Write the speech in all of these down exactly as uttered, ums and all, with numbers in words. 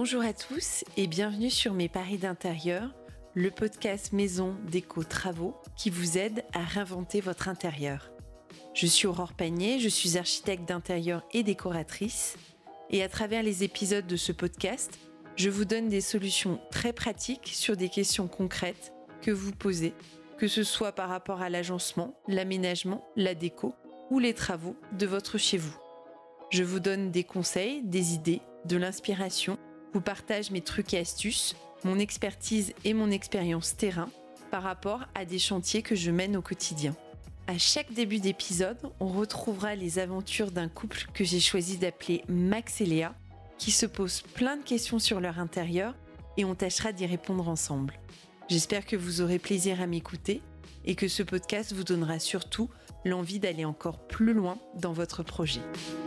Bonjour à tous et bienvenue sur Mes Paris d'intérieur, le podcast maison déco travaux qui vous aide à réinventer votre intérieur. Je suis Aurore Pagné, je suis architecte d'intérieur et décoratrice et à travers les épisodes de ce podcast, je vous donne des solutions très pratiques sur des questions concrètes que vous posez, que ce soit par rapport à l'agencement, l'aménagement, la déco ou les travaux de votre chez vous. Je vous donne des conseils, des idées, de l'inspiration, vous partage mes trucs et astuces, mon expertise et mon expérience terrain par rapport à des chantiers que je mène au quotidien. À chaque début d'épisode, on retrouvera les aventures d'un couple que j'ai choisi d'appeler Max et Léa, qui se posent plein de questions sur leur intérieur et on tâchera d'y répondre ensemble. J'espère que vous aurez plaisir à m'écouter et que ce podcast vous donnera surtout l'envie d'aller encore plus loin dans votre projet.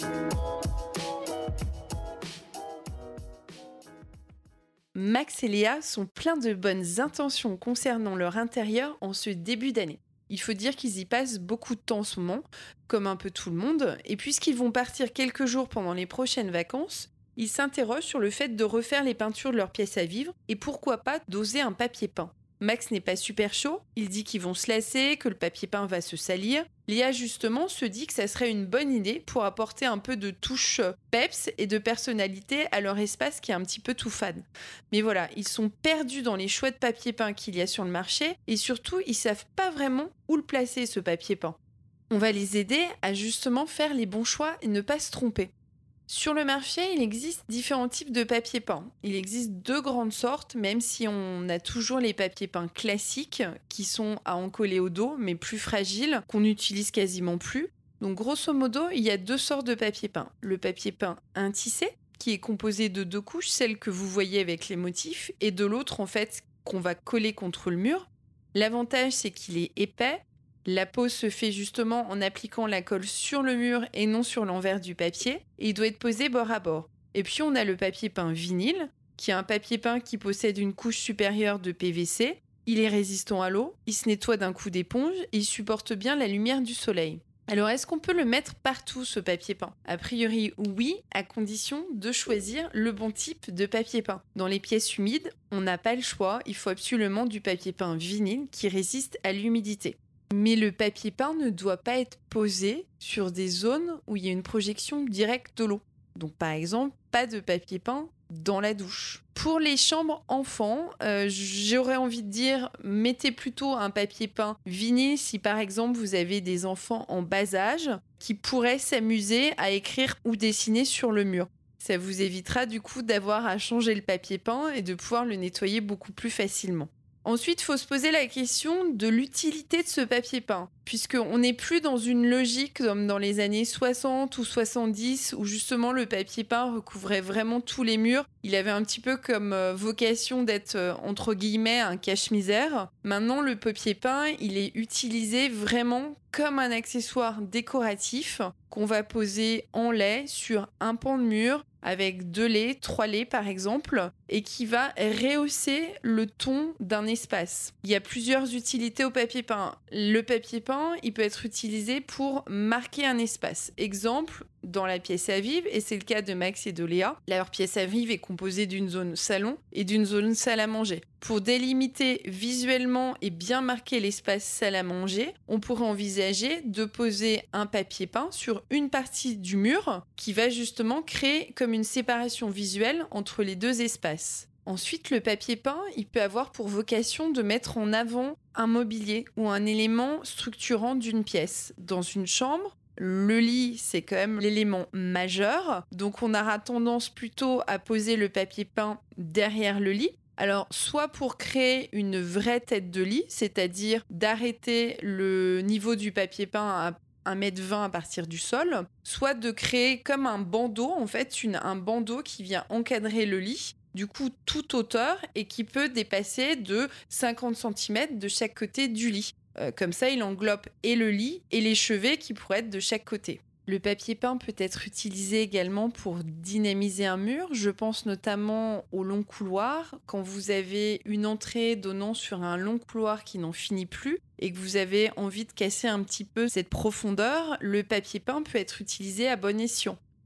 Max et Léa sont pleins de bonnes intentions concernant leur intérieur en ce début d'année. Il faut dire qu'ils y passent beaucoup de temps en ce moment, comme un peu tout le monde, et puisqu'ils vont partir quelques jours pendant les prochaines vacances, ils s'interrogent sur le fait de refaire les peintures de leurs pièces à vivre et pourquoi pas d'oser un papier peint. Max n'est pas super chaud, il dit qu'ils vont se lasser, que le papier peint va se salir. Léa justement se dit que ça serait une bonne idée pour apporter un peu de touche peps et de personnalité à leur espace qui est un petit peu tout fade. Mais voilà, ils sont perdus dans les choix de papier peint qu'il y a sur le marché et surtout ils savent pas vraiment où le placer ce papier peint. On va les aider à justement faire les bons choix et ne pas se tromper. Sur le marché, il existe différents types de papier peint. Il existe deux grandes sortes, même si on a toujours les papiers peints classiques qui sont à en coller au dos, mais plus fragiles, qu'on n'utilise quasiment plus. Donc grosso modo, il y a deux sortes de papier peint. Le papier peint intissé, qui est composé de deux couches, celle que vous voyez avec les motifs, et de l'autre, en fait, qu'on va coller contre le mur. L'avantage, c'est qu'il est épais. La pose se fait justement en appliquant la colle sur le mur et non sur l'envers du papier et il doit être posé bord à bord. Et puis on a le papier peint vinyle qui est un papier peint qui possède une couche supérieure de P V C. Il est résistant à l'eau, il se nettoie d'un coup d'éponge et il supporte bien la lumière du soleil. Alors est-ce qu'on peut le mettre partout ce papier peint ? A priori oui, à condition de choisir le bon type de papier peint. Dans les pièces humides, on n'a pas le choix, il faut absolument du papier peint vinyle qui résiste à l'humidité. Mais le papier peint ne doit pas être posé sur des zones où il y a une projection directe de l'eau. Donc par exemple, pas de papier peint dans la douche. Pour les chambres enfants, euh, j'aurais envie de dire, mettez plutôt un papier peint vinyle si par exemple vous avez des enfants en bas âge qui pourraient s'amuser à écrire ou dessiner sur le mur. Ça vous évitera du coup d'avoir à changer le papier peint et de pouvoir le nettoyer beaucoup plus facilement. Ensuite, il faut se poser la question de l'utilité de ce papier peint, puisqu'on n'est plus dans une logique comme dans les années soixante ou soixante-dix, où justement le papier peint recouvrait vraiment tous les murs. Il avait un petit peu comme vocation d'être, entre guillemets, un cache-misère. Maintenant, le papier peint, il est utilisé vraiment comme un accessoire décoratif qu'on va poser en lait sur un pan de mur, avec deux laits, trois laits par exemple, et qui va rehausser le ton d'un espace. Il y a plusieurs utilités au papier peint. Le papier peint, il peut être utilisé pour marquer un espace. Exemple, dans la pièce à vivre, et c'est le cas de Max et de Léa, leur pièce à vivre est composée d'une zone salon et d'une zone salle à manger. Pour délimiter visuellement et bien marquer l'espace salle à manger, on pourrait envisager de poser un papier peint sur une partie du mur qui va justement créer comme une séparation visuelle entre les deux espaces. Ensuite, le papier peint, il peut avoir pour vocation de mettre en avant un mobilier ou un élément structurant d'une pièce. Dans une chambre, le lit, c'est quand même l'élément majeur. Donc, on aura tendance plutôt à poser le papier peint derrière le lit. Alors, soit pour créer une vraie tête de lit, c'est-à-dire d'arrêter le niveau du papier peint à un mètre vingt à partir du sol, soit de créer comme un bandeau, en fait, une, un bandeau qui vient encadrer le lit, du coup, toute hauteur et qui peut dépasser de cinquante centimètres de chaque côté du lit. Euh, comme ça, il englobe et le lit et les chevets qui pourraient être de chaque côté. Le papier peint peut être utilisé également pour dynamiser un mur. Je pense notamment au long couloir. Quand vous avez une entrée donnant sur un long couloir qui n'en finit plus et que vous avez envie de casser un petit peu cette profondeur, le papier peint peut être utilisé à bon escient.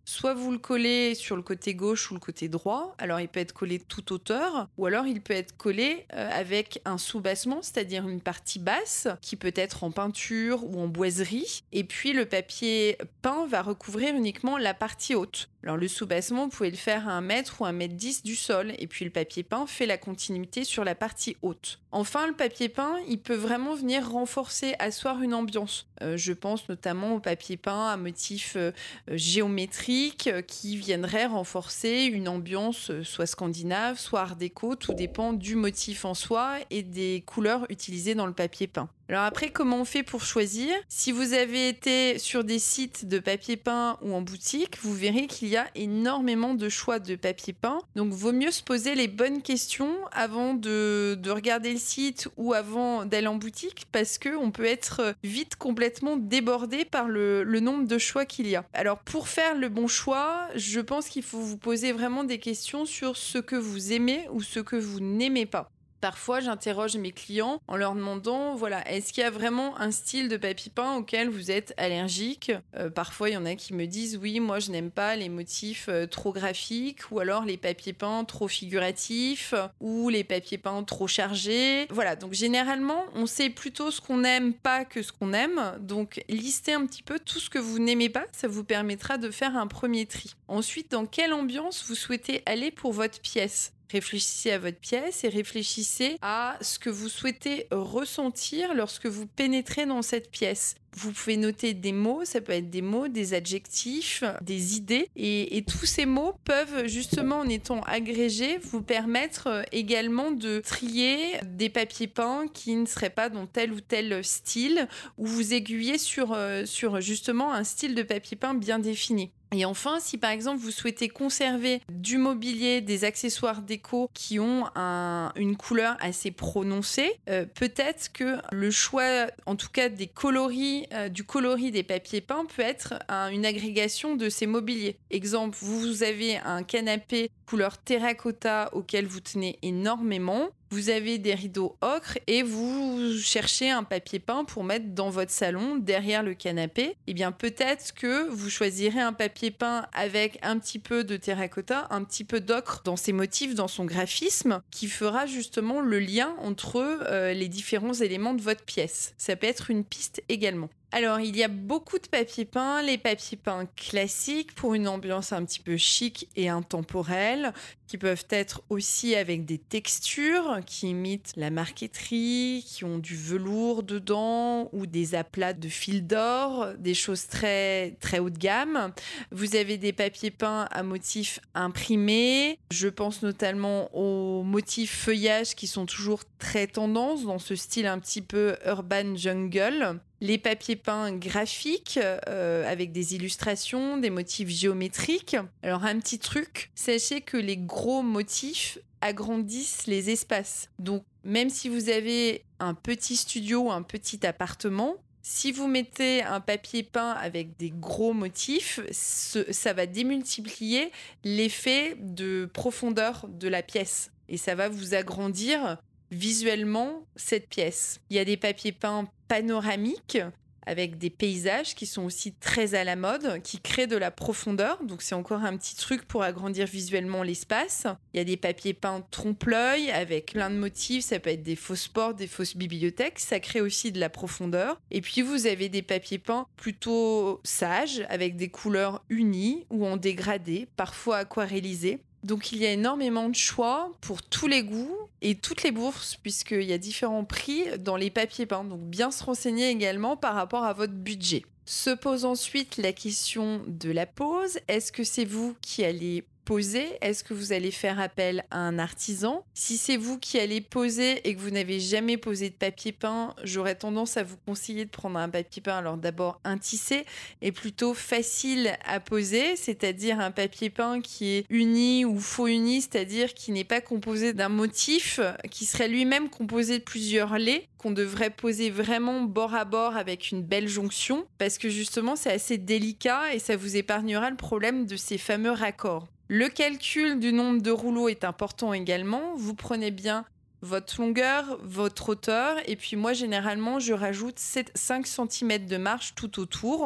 Soit vous le collez sur le côté gauche ou le côté droit, alors il peut être collé toute hauteur, ou alors il peut être collé euh, avec un soubassement, c'est-à-dire une partie basse, qui peut être en peinture ou en boiserie, et puis le papier peint va recouvrir uniquement la partie haute. Alors le soubassement, vous pouvez le faire à un mètre ou un mètre dix du sol, et puis le papier peint fait la continuité sur la partie haute. Enfin, le papier peint, il peut vraiment venir renforcer, asseoir une ambiance. Euh, je pense notamment au papier peint à motif euh, géométrique euh, qui viendrait renforcer une ambiance euh, soit scandinave, soit art déco, tout dépend du motif en soi et des couleurs utilisées dans le papier peint. Alors après, comment on fait pour choisir ? Si vous avez été sur des sites de papier peint ou en boutique, vous verrez qu'il y a énormément de choix de papier peint. Donc, vaut mieux se poser les bonnes questions avant de, de regarder le site ou avant d'aller en boutique parce qu'on peut être vite complètement débordé par le, le nombre de choix qu'il y a. Alors, pour faire le bon choix, je pense qu'il faut vous poser vraiment des questions sur ce que vous aimez ou ce que vous n'aimez pas. Parfois, j'interroge mes clients en leur demandant, voilà, est-ce qu'il y a vraiment un style de papier peint auquel vous êtes allergique ? euh, Parfois, il y en a qui me disent, oui, moi, je n'aime pas les motifs euh, trop graphiques ou alors les papiers peints trop figuratifs ou les papiers peints trop chargés. Voilà, donc généralement, on sait plutôt ce qu'on n'aime pas que ce qu'on aime. Donc, listez un petit peu tout ce que vous n'aimez pas. Ça vous permettra de faire un premier tri. Ensuite, dans quelle ambiance vous souhaitez aller pour votre pièce ? Réfléchissez à votre pièce et réfléchissez à ce que vous souhaitez ressentir lorsque vous pénétrez dans cette pièce. Vous pouvez noter des mots, ça peut être des mots, des adjectifs, des idées. Et, et tous ces mots peuvent, justement, en étant agrégés, vous permettre également de trier des papiers peints qui ne seraient pas dans tel ou tel style ou vous aiguiller sur, sur justement un style de papier peint bien défini. Et enfin, si par exemple vous souhaitez conserver du mobilier, des accessoires déco qui ont un, une couleur assez prononcée, euh, peut-être que le choix, en tout cas des coloris, euh, du coloris des papiers peints peut être un, une agrégation de ces mobiliers. Exemple, vous avez un canapé couleur terracotta auquel vous tenez énormément. Vous avez des rideaux ocre et vous cherchez un papier peint pour mettre dans votre salon, derrière le canapé. Eh bien, peut-être que vous choisirez un papier peint avec un petit peu de terracotta, un petit peu d'ocre dans ses motifs, dans son graphisme, qui fera justement le lien entre euh, les différents éléments de votre pièce. Ça peut être une piste également. Alors, il y a beaucoup de papiers peints, les papiers peints classiques pour une ambiance un petit peu chic et intemporelle, qui peuvent être aussi avec des textures qui imitent la marqueterie, qui ont du velours dedans ou des aplats de fil d'or, des choses très, très haut de gamme. Vous avez des papiers peints à motifs imprimés. Je pense notamment aux motifs feuillage qui sont toujours très tendance dans ce style un petit peu urban jungle. Les papiers peints graphiques euh, avec des illustrations, des motifs géométriques. Alors un petit truc, sachez que les gros motifs agrandissent les espaces. Donc même si vous avez un petit studio ou un petit appartement, si vous mettez un papier peint avec des gros motifs, ce, ça va démultiplier l'effet de profondeur de la pièce. Et ça va vous agrandir visuellement cette pièce. Il y a des papiers peints panoramiques avec des paysages qui sont aussi très à la mode, qui créent de la profondeur. Donc, c'est encore un petit truc pour agrandir visuellement l'espace. Il y a des papiers peints trompe-l'œil avec plein de motifs. Ça peut être des fausses portes, des fausses bibliothèques. Ça crée aussi de la profondeur. Et puis, vous avez des papiers peints plutôt sages avec des couleurs unies ou en dégradé, parfois aquarellisées. Donc, il y a énormément de choix pour tous les goûts et toutes les bourses, puisqu'il y a différents prix dans les papiers peints. Donc, bien se renseigner également par rapport à votre budget. Se pose ensuite la question de la pose. Est-ce que c'est vous qui allez poser ? Est-ce que vous allez faire appel à un artisan ? Si c'est vous qui allez poser et que vous n'avez jamais posé de papier peint, j'aurais tendance à vous conseiller de prendre un papier peint. Alors d'abord un tissé est plutôt facile à poser, c'est-à-dire un papier peint qui est uni ou faux uni, c'est-à-dire qui n'est pas composé d'un motif, qui serait lui-même composé de plusieurs laits, qu'on devrait poser vraiment bord à bord avec une belle jonction, parce que justement c'est assez délicat et ça vous épargnera le problème de ces fameux raccords. Le calcul du nombre de rouleaux est important également. Vous prenez bien votre longueur, votre hauteur, et puis moi généralement je rajoute cinq centimètres de marge tout autour.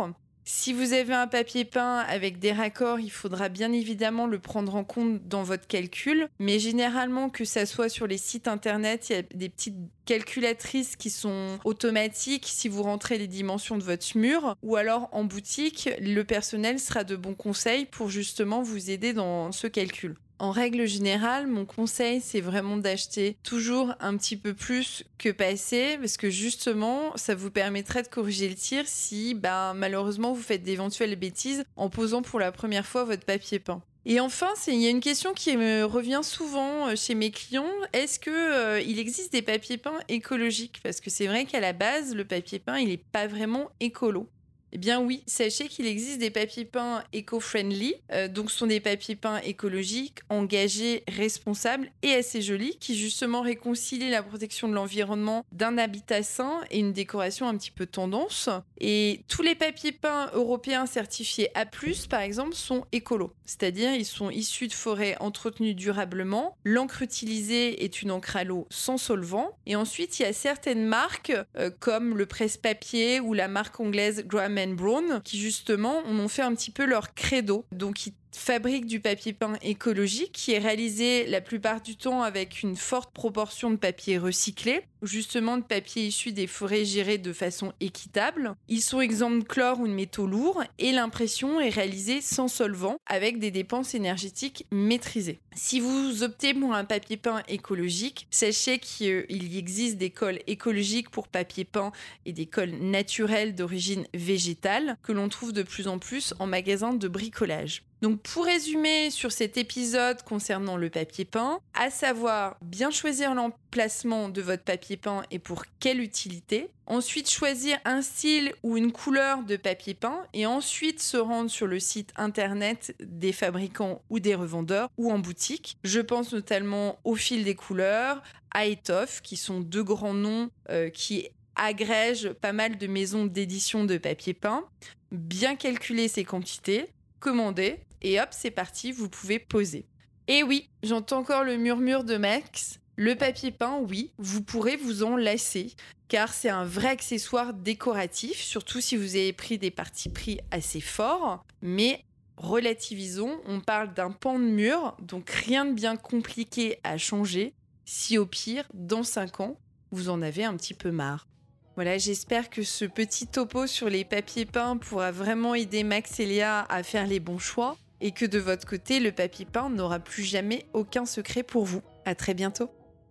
Si vous avez un papier peint avec des raccords, il faudra bien évidemment le prendre en compte dans votre calcul. Mais généralement, que ça soit sur les sites internet, il y a des petites calculatrices qui sont automatiques si vous rentrez les dimensions de votre mur. Ou alors en boutique, le personnel sera de bons conseils pour justement vous aider dans ce calcul. En règle générale, mon conseil, c'est vraiment d'acheter toujours un petit peu plus que pas assez, parce que justement, ça vous permettrait de corriger le tir si, ben, malheureusement, vous faites d'éventuelles bêtises en posant pour la première fois votre papier peint. Et enfin, c'est, il y a une question qui me revient souvent chez mes clients. Est-ce qu'il euh, existe des papiers peints écologiques ? Parce que c'est vrai qu'à la base, le papier peint, il n'est pas vraiment écolo. Eh bien oui, sachez qu'il existe des papiers peints éco-friendly, euh, donc ce sont des papiers peints écologiques, engagés, responsables et assez jolis, qui justement réconcilient la protection de l'environnement d'un habitat sain et une décoration un petit peu tendance. Et tous les papiers peints européens certifiés A plus, par exemple, sont écolos, c'est-à-dire ils sont issus de forêts entretenues durablement. L'encre utilisée est une encre à l'eau sans solvant. Et ensuite, il y a certaines marques, euh, comme le presse-papier ou la marque anglaise Graham and Brown, qui justement en ont fait un petit peu leur credo. Donc ils fabriquent du papier peint écologique qui est réalisé la plupart du temps avec une forte proportion de papier recyclé, justement de papier issu des forêts gérées de façon équitable. Ils sont exempts de chlore ou de métaux lourds et l'impression est réalisée sans solvant avec des dépenses énergétiques maîtrisées. Si vous optez pour un papier peint écologique, sachez qu'il y existe des cols écologiques pour papier peint et des cols naturels d'origine végétale que l'on trouve de plus en plus en magasin de bricolage. Donc pour résumer sur cet épisode concernant le papier peint, à savoir bien choisir l'emplacement de votre papier peint et pour quelle utilité, ensuite choisir un style ou une couleur de papier peint et ensuite se rendre sur le site internet des fabricants ou des revendeurs ou en boutique. Je pense notamment au Fil des couleurs, à Étoffe, qui sont deux grands noms euh, qui agrègent pas mal de maisons d'édition de papier peint. Bien calculer ses quantités, commander et hop, c'est parti, vous pouvez poser. Et oui, j'entends encore le murmure de Max. Le papier peint, oui, vous pourrez vous en lasser, car c'est un vrai accessoire décoratif, surtout si vous avez pris des partis pris assez forts. Mais relativisons, on parle d'un pan de mur, donc rien de bien compliqué à changer, si au pire, dans cinq ans, vous en avez un petit peu marre. Voilà, j'espère que ce petit topo sur les papiers peints pourra vraiment aider Max et Léa à faire les bons choix et que de votre côté, le papier peint n'aura plus jamais aucun secret pour vous. À très bientôt.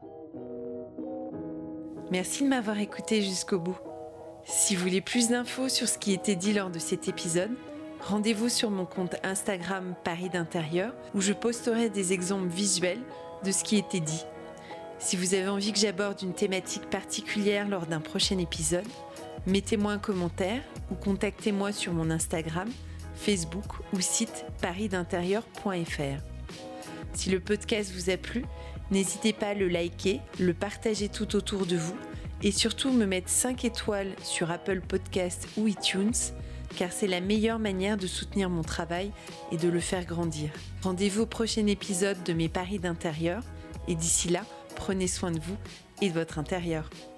Merci de m'avoir écouté jusqu'au bout. Si vous voulez plus d'infos sur ce qui était dit lors de cet épisode, rendez-vous sur mon compte Instagram Paris d'Intérieur où je posterai des exemples visuels de ce qui était dit. Si vous avez envie que j'aborde une thématique particulière lors d'un prochain épisode, mettez-moi un commentaire ou contactez-moi sur mon Instagram, Facebook ou site paris d'intérieur point f r. Si le podcast vous a plu, n'hésitez pas à le liker, le partager tout autour de vous et surtout me mettre cinq étoiles sur Apple Podcasts ou iTunes, car c'est la meilleure manière de soutenir mon travail et de le faire grandir. Rendez-vous au prochain épisode de mes Paris d'Intérieur et d'ici là, prenez soin de vous et de votre intérieur.